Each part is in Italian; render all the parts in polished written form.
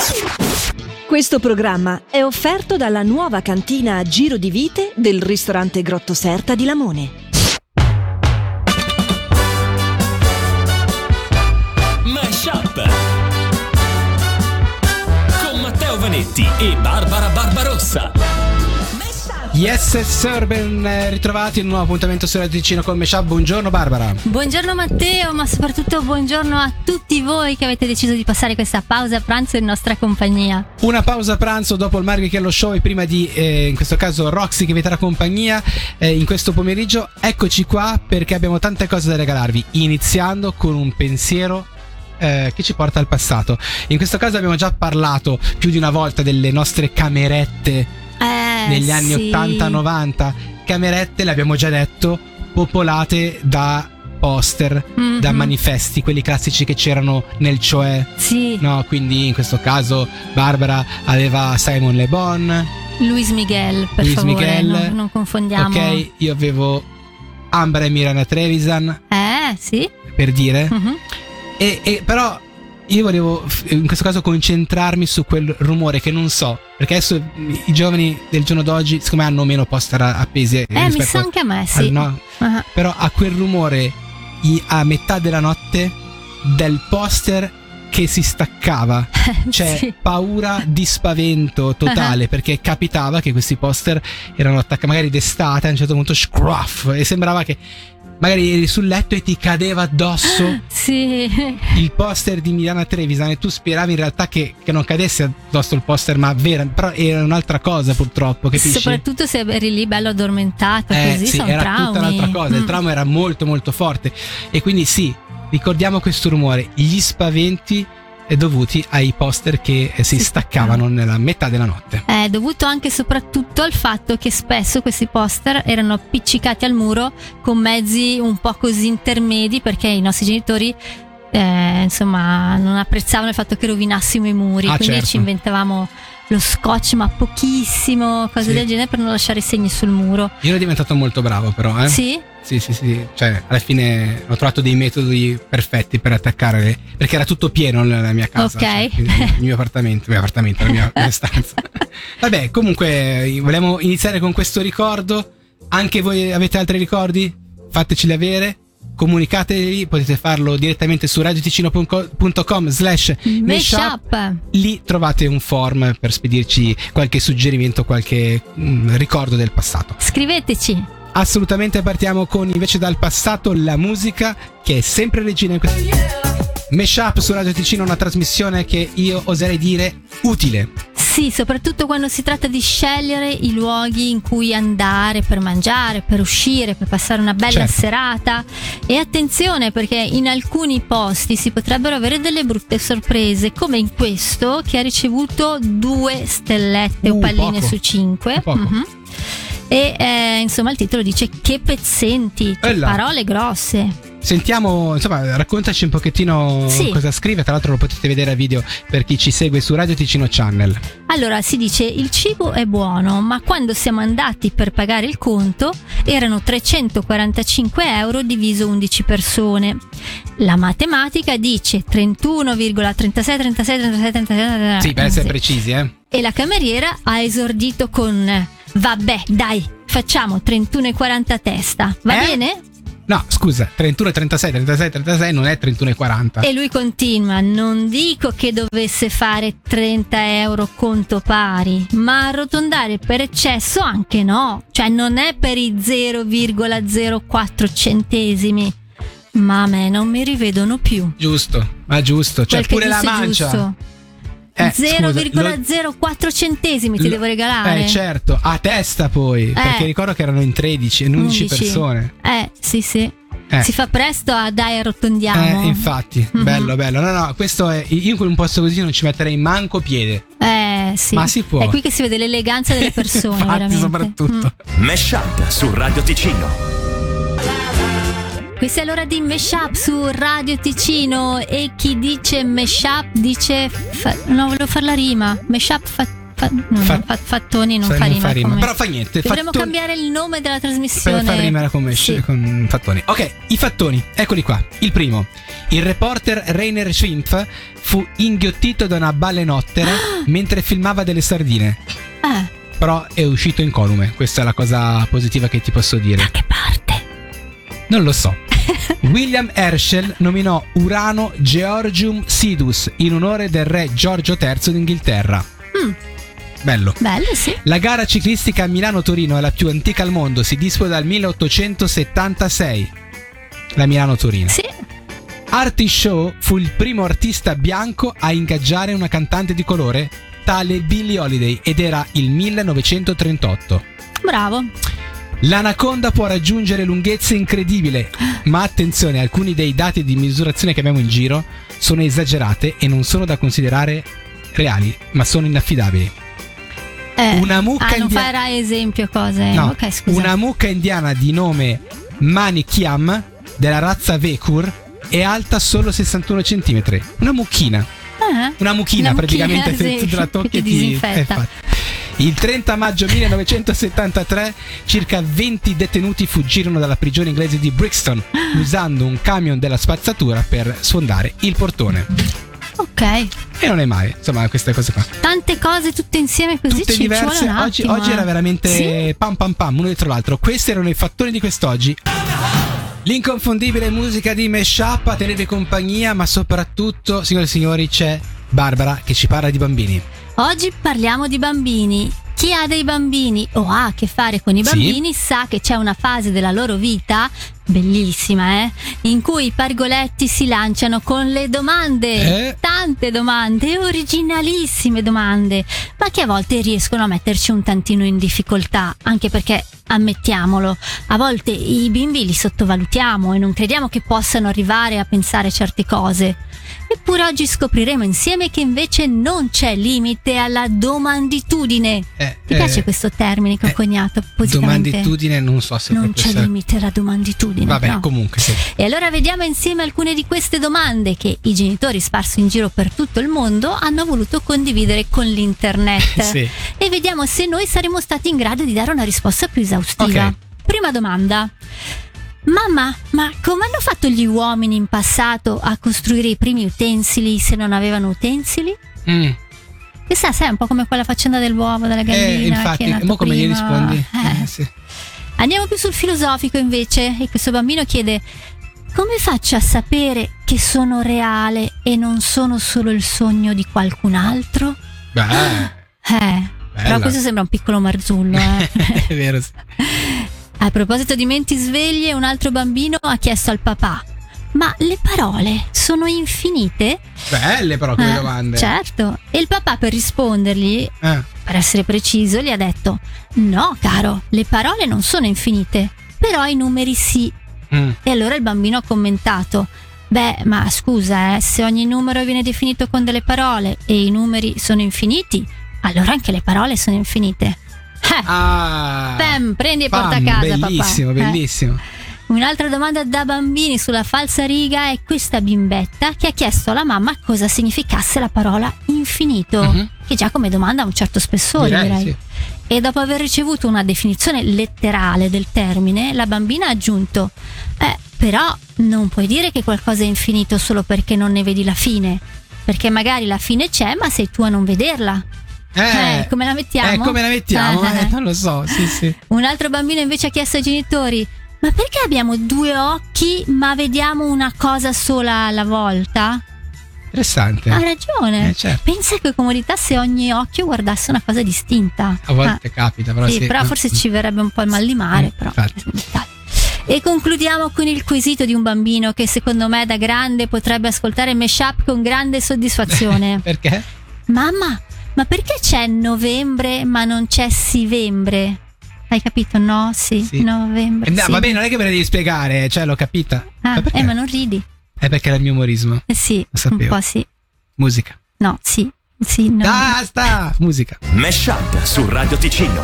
Questo programma è offerto dalla nuova cantina a Giro di Vite del ristorante Grotto Serta di Lamone. Mashup con Matteo Vanetti e Barbara Barbarossa. Yes sir, ben ritrovati in un nuovo appuntamento su Radio Ticino con Mashup. Buongiorno Barbara. Buongiorno Matteo, ma soprattutto buongiorno a tutti voi che avete deciso di passare questa pausa pranzo in nostra compagnia. Una pausa pranzo dopo il Marghi Kello Show e prima di, in questo caso, Roxy che vi terrà compagnia in questo pomeriggio. Eccoci qua perché abbiamo tante cose da regalarvi, iniziando con un pensiero che ci porta al passato. In questo caso abbiamo già parlato più di una volta delle nostre camerette negli anni 80-90, camerette, l'abbiamo già detto, popolate da poster, da manifesti, quelli classici che c'erano nel Cioè. Sì. No, quindi in questo caso Barbara aveva Simon Le Bon, Luis Miguel, per Luis favore, Miguel. non confondiamo. Ok, io avevo Ambra e Miranda Trevisan, sì. per dire. E però io volevo in questo caso concentrarmi su quel rumore che non so, perché adesso i giovani del giorno d'oggi secondo me hanno meno poster appesi mi sa anche a me, sì. No? Però a quel rumore a metà della notte del poster che si staccava, cioè sì. Paura di spavento totale, perché capitava che questi poster erano attaccati magari d'estate, a un certo punto scruff, e sembrava che magari eri sul letto e ti cadeva addosso sì. il poster di Miranda Trevisan e tu speravi in realtà che non cadesse addosso il poster, ma però era un'altra cosa, purtroppo, capisci? Soprattutto se eri lì bello addormentato, così sì, sono era traumi. tutta un'altra cosa, il trauma era molto molto forte e quindi sì, ricordiamo questo rumore, gli spaventi dovuti ai poster che si staccavano nella metà della notte. È dovuto anche e soprattutto al fatto che spesso questi poster erano appiccicati al muro con mezzi un po' così intermedi, perché i nostri genitori insomma non apprezzavano il fatto che rovinassimo i muri, quindi certo. Ci inventavamo lo scotch, ma pochissimo, cose del genere, per non lasciare segni sul muro. Io ero diventato molto bravo però, Sì? Sì, cioè alla fine ho trovato dei metodi perfetti per attaccare, perché era tutto pieno nella mia casa, ok, cioè, il mio appartamento, la mia stanza. Vabbè, comunque vogliamo iniziare con questo ricordo. Anche voi avete altri ricordi? Fateceli avere, comunicateli, potete farlo direttamente su radioticino.com/mashup. Lì trovate un form per spedirci qualche suggerimento, qualche ricordo del passato. Scriveteci. Assolutamente, partiamo con invece dal passato la musica che è sempre regina in questo Mashup su Radio Ticino, una trasmissione che io oserei dire utile. Sì, soprattutto quando si tratta di scegliere i luoghi in cui andare per mangiare, per uscire, per passare una bella serata. E attenzione, perché in alcuni posti si potrebbero avere delle brutte sorprese, come in questo che ha ricevuto 2 stellette o palline poco. su 5. E insomma il titolo dice: che pezzenti, che parole grosse. Sentiamo, insomma, raccontaci un pochettino cosa scrive. Tra l'altro lo potete vedere a video per chi ci segue su Radio Ticino Channel. Allora, si dice: il cibo è buono, ma quando siamo andati per pagare il conto erano 345 euro diviso 11 persone. La matematica dice 31,36. Sì, per essere precisi, E la cameriera ha esordito con: vabbè, dai, facciamo 31,40 a testa, va bene? No, scusa, 36 non è 31,40. E lui continua: non dico che dovesse fare 30 euro conto pari, ma arrotondare per eccesso anche no. Cioè non è per i 0,04 centesimi. Ma a me non mi rivedono più. Giusto, cioè pure la mancia. Giusto. 0,04 centesimi ti devo regalare. Certo, a testa poi, perché ricordo che erano in 13 e 11 persone. Sì. Si fa presto a dai arrotondiamo. Infatti, bello. No, questo è, io in un posto così non ci metterei manco piede. Sì. Ma si può. È qui che si vede l'eleganza delle persone. Infatti, veramente. soprattutto. Mashup su Radio Ticino. Questa è l'ora di Mashup su Radio Ticino. E chi dice Mashup dice no, volevo fare la rima. Mashup Fattoni non fa rima. Però fa niente. Dovremmo cambiare il nome della trasmissione per far rimare con Fattoni. Ok, i fattoni, eccoli qua. Il primo: il reporter Rainer Schimpf fu inghiottito da una balenottera mentre filmava delle sardine. Però è uscito incolume, questa è la cosa positiva che ti posso dire. Da che parte? Non lo so. William Herschel nominò Urano Georgium Sidus in onore del re Giorgio III d'Inghilterra. Bello. Bello, sì. La gara ciclistica Milano-Torino è la più antica al mondo, si disputa dal 1876. La Milano-Torino. Sì. Artie Shaw fu il primo artista bianco a ingaggiare una cantante di colore, tale Billie Holiday, ed era il 1938. Bravo. L'anaconda può raggiungere lunghezze incredibili, ma attenzione, alcuni dei dati di misurazione che abbiamo in giro sono esagerate e non sono da considerare reali, ma sono inaffidabili. Una mucca non farà esempio cose. No, ok, scusa. Una mucca indiana di nome Manikyam della razza Vekur è alta solo 61 cm. Una mucchina. Una mucchina praticamente, sì, se tu la tocchi ti disinfetta. Il 30 maggio 1973 circa 20 detenuti fuggirono dalla prigione inglese di Brixton usando un camion della spazzatura per sfondare il portone. Ok. E non è male, insomma, queste cose qua. Tante cose tutte insieme così, tutte ci diverse. vuole un attimo, Oggi era veramente sì? pam pam pam, uno dietro l'altro. Questi erano i fattori di quest'oggi. L'inconfondibile musica di Meshup a tenere compagnia, ma soprattutto, signore e signori, c'è Barbara che ci parla di bambini. Oggi parliamo di bambini. Chi ha dei bambini o ha a che fare con i bambini sa che c'è una fase della loro vita bellissima, in cui i pargoletti si lanciano con le domande, tante domande, originalissime domande, ma che a volte riescono a metterci un tantino in difficoltà, anche perché, ammettiamolo, a volte i bimbi li sottovalutiamo e non crediamo che possano arrivare a pensare certe cose. Eppure oggi scopriremo insieme che invece non c'è limite alla domanditudine. Ti piace questo termine che ho coniato appositamente? Domanditudine, non so se non c'è limite alla domanditudine. Vabbè, no. Comunque sì. E allora vediamo insieme alcune di queste domande che i genitori sparsi in giro per tutto il mondo hanno voluto condividere con l'internet. Sì. E vediamo se noi saremo stati in grado di dare una risposta più esaustiva. Ok. Prima domanda. Mamma, ma come hanno fatto gli uomini in passato a costruire i primi utensili se non avevano utensili? Questa è un po' come quella faccenda dell'uovo, della gallina. Infatti, che è nato mo come gli prima. rispondi? Sì. Andiamo più sul filosofico invece, e questo bambino chiede: come faccio a sapere che sono reale e non sono solo il sogno di qualcun altro? Però questo sembra un piccolo marzullo. È vero, sì. A proposito di menti sveglie, un altro bambino ha chiesto al papà: ma le parole sono infinite? Belle però quelle domande. Certo. E il papà, per rispondergli, per essere preciso, gli ha detto: no caro, le parole non sono infinite, però i numeri sì. E allora il bambino ha commentato: beh, ma scusa, se ogni numero viene definito con delle parole e i numeri sono infiniti, allora anche le parole sono infinite. Prendi e porta a casa, bellissimo, papà. Bellissimo. Un'altra domanda da bambini sulla falsa riga è questa bimbetta che ha chiesto alla mamma cosa significasse la parola infinito, che già come domanda ha un certo spessore, direi. Sì. E dopo aver ricevuto una definizione letterale del termine, la bambina ha aggiunto: però non puoi dire che qualcosa è infinito solo perché non ne vedi la fine, perché magari la fine c'è ma sei tu a non vederla. Come la mettiamo? Come la mettiamo? Non lo so, sì. Un altro bambino invece ha chiesto ai genitori: ma perché abbiamo due occhi ma vediamo una cosa sola alla volta? Interessante. Ha ragione. Certo. Pensa che comodità se ogni occhio guardasse una cosa distinta. A volte capita, però sì. Però forse ci verrebbe un po' il mal di mare, però. E concludiamo con il quesito di un bambino che secondo me da grande potrebbe ascoltare Meshup con grande soddisfazione. Perché? Mamma, ma perché c'è novembre ma non c'è sivembre? Hai capito? No, sì. Novembre. No, vabbè, non è che me la devi spiegare, cioè l'ho capita. Ma non ridi. È perché era il mio umorismo. Sì, un po' sì. Musica. No, sì, no. Basta! Musica. Meshup su Radio Ticino.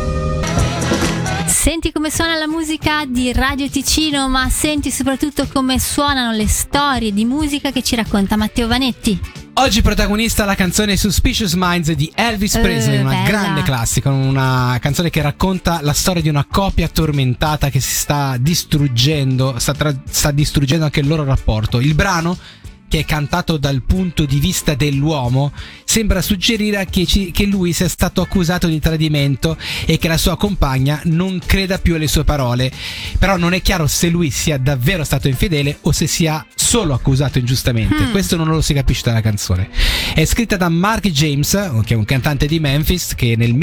Senti come suona la musica di Radio Ticino, ma senti soprattutto come suonano le storie di musica che ci racconta Matteo Vanetti. Oggi protagonista la canzone Suspicious Minds di Elvis Presley, una bella. grande classica, una canzone che racconta la storia di una coppia tormentata che si sta distruggendo, sta distruggendo anche il loro rapporto. Il brano che è cantato dal punto di vista dell'uomo, sembra suggerire che lui sia stato accusato di tradimento e che la sua compagna non creda più alle sue parole. Però non è chiaro se lui sia davvero stato infedele o se sia solo accusato ingiustamente. Questo non lo si capisce dalla canzone. È scritta da Mark James, che è un cantante di Memphis, che nel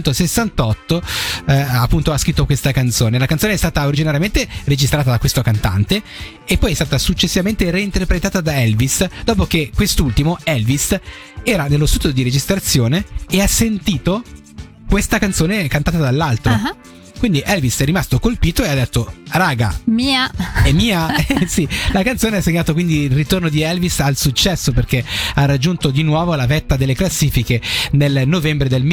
1968 appunto ha scritto questa canzone. La canzone è stata originariamente registrata da questo cantante e poi è stata successivamente reinterpretata da Elvis, dopo che quest'ultimo, Elvis, era nello studio di registrazione e ha sentito questa canzone cantata dall'altro. Quindi Elvis è rimasto colpito e ha detto: raga, mia, è mia. Sì, la canzone ha segnato quindi il ritorno di Elvis al successo, perché ha raggiunto di nuovo la vetta delle classifiche nel novembre del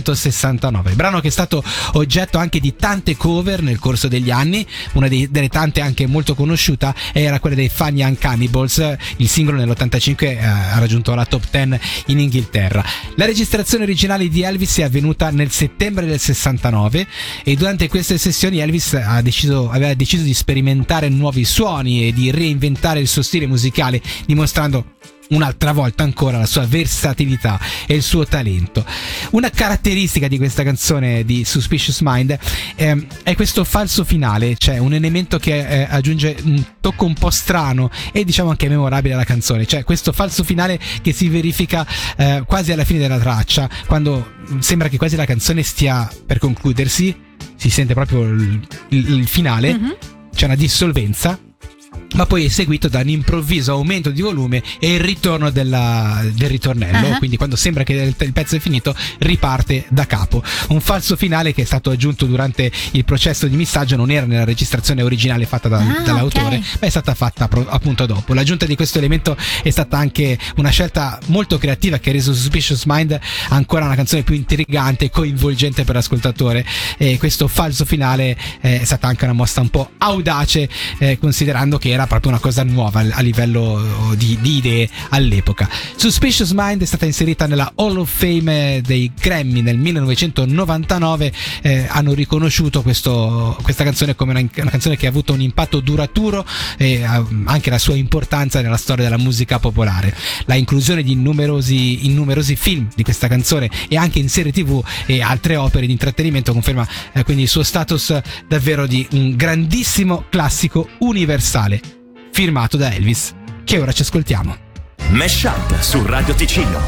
1969. Brano che è stato oggetto anche di tante cover nel corso degli anni. Una delle tante anche molto conosciuta era quella dei Fun Young Cannibals. Il singolo nell'85 ha raggiunto la top 10 in Inghilterra. La registrazione originale di Elvis è avvenuta nel settembre del 69 e durante queste sessioni Elvis aveva deciso di sperimentare nuovi suoni e di reinventare il suo stile musicale, dimostrando un'altra volta ancora la sua versatilità e il suo talento. Una caratteristica di questa canzone di Suspicious Mind è questo falso finale, cioè un elemento che aggiunge un tocco un po' strano e diciamo anche memorabile alla canzone, cioè questo falso finale che si verifica quasi alla fine della traccia, quando sembra che quasi la canzone stia per concludersi. Si sente proprio il finale, c'è una dissolvenza, ma poi è seguito da un improvviso aumento di volume e il ritorno del ritornello. Quindi quando sembra che il pezzo è finito, riparte da capo. Un falso finale che è stato aggiunto durante il processo di missaggio, non era nella registrazione originale fatta dall'autore, ma è stata fatta appunto dopo. L'aggiunta di questo elemento è stata anche una scelta molto creativa che ha reso Suspicious Mind ancora una canzone più intrigante e coinvolgente per l'ascoltatore, e questo falso finale è stata anche una mossa un po' audace, considerando che era proprio una cosa nuova a livello di idee all'epoca. Suspicious Mind è stata inserita nella Hall of Fame dei Grammy nel 1999. Hanno riconosciuto questa canzone come una canzone che ha avuto un impatto duraturo e anche la sua importanza nella storia della musica popolare. La inclusione in numerosi film di questa canzone e anche in serie TV e altre opere di intrattenimento conferma quindi il suo status davvero di un grandissimo classico universale, firmato da Elvis, che ora ci ascoltiamo. Mashup su Radio Ticino.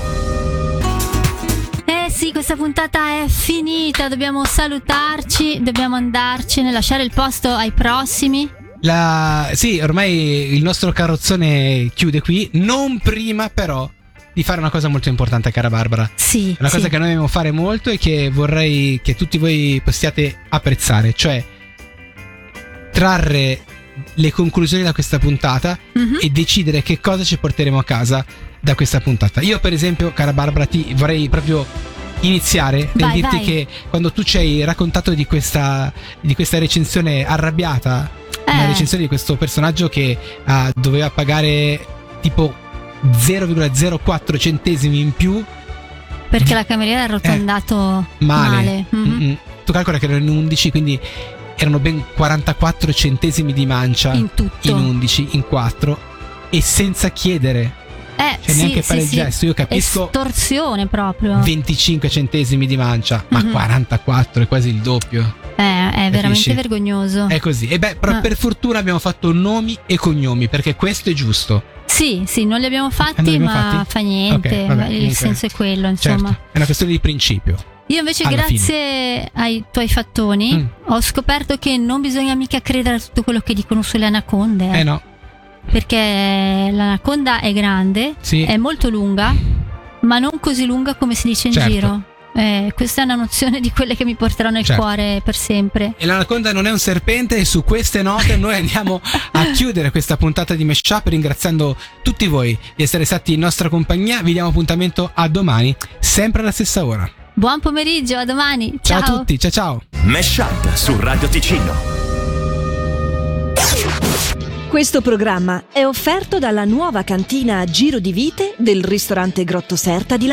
Sì, questa puntata è finita, dobbiamo salutarci, dobbiamo andarcene, lasciare il posto ai prossimi. Sì, ormai il nostro carrozzone chiude qui, non prima però di fare una cosa molto importante, cara Barbara. Sì. Una cosa che noi dobbiamo fare molto e che vorrei che tutti voi possiate apprezzare, cioè trarre le conclusioni da questa puntata e decidere che cosa ci porteremo a casa da questa puntata. Io per esempio, cara Barbara, ti vorrei proprio iniziare nel dirti che quando tu ci hai raccontato di questa recensione arrabbiata, una recensione di questo personaggio che doveva pagare tipo 0,04 centesimi in più perché la cameriera ha arrotondato male. Tu calcola che erano in 11, quindi erano ben 44 centesimi di mancia in tutto, in 11, in 4, e senza chiedere, cioè neanche fare il gesto. Io capisco, estorsione proprio, 25 centesimi di mancia, ma 44 è quasi il doppio. È veramente vergognoso. È così. E però per fortuna abbiamo fatto nomi e cognomi, perché questo è giusto. Sì, non li abbiamo fatti, ma fa niente. Okay, vabbè, il senso è quello, insomma. Certo, è una questione di principio. Io invece, grazie ai tuoi fattoni, ho scoperto che non bisogna mica credere a tutto quello che dicono sulle anaconde. No. Perché l'anaconda è grande, è molto lunga, ma non così lunga come si dice in giro. Questa è una nozione di quelle che mi porterò nel cuore per sempre. E l'anaconda non è un serpente, e su queste note noi andiamo a chiudere questa puntata di Mashup, ringraziando tutti voi di essere stati in nostra compagnia. Vi diamo appuntamento a domani, sempre alla stessa ora. Buon pomeriggio, a domani. Ciao a tutti, ciao. Mashup su Radio Ticino. Questo programma è offerto dalla nuova cantina Giro di Vite del ristorante Grotto Serta di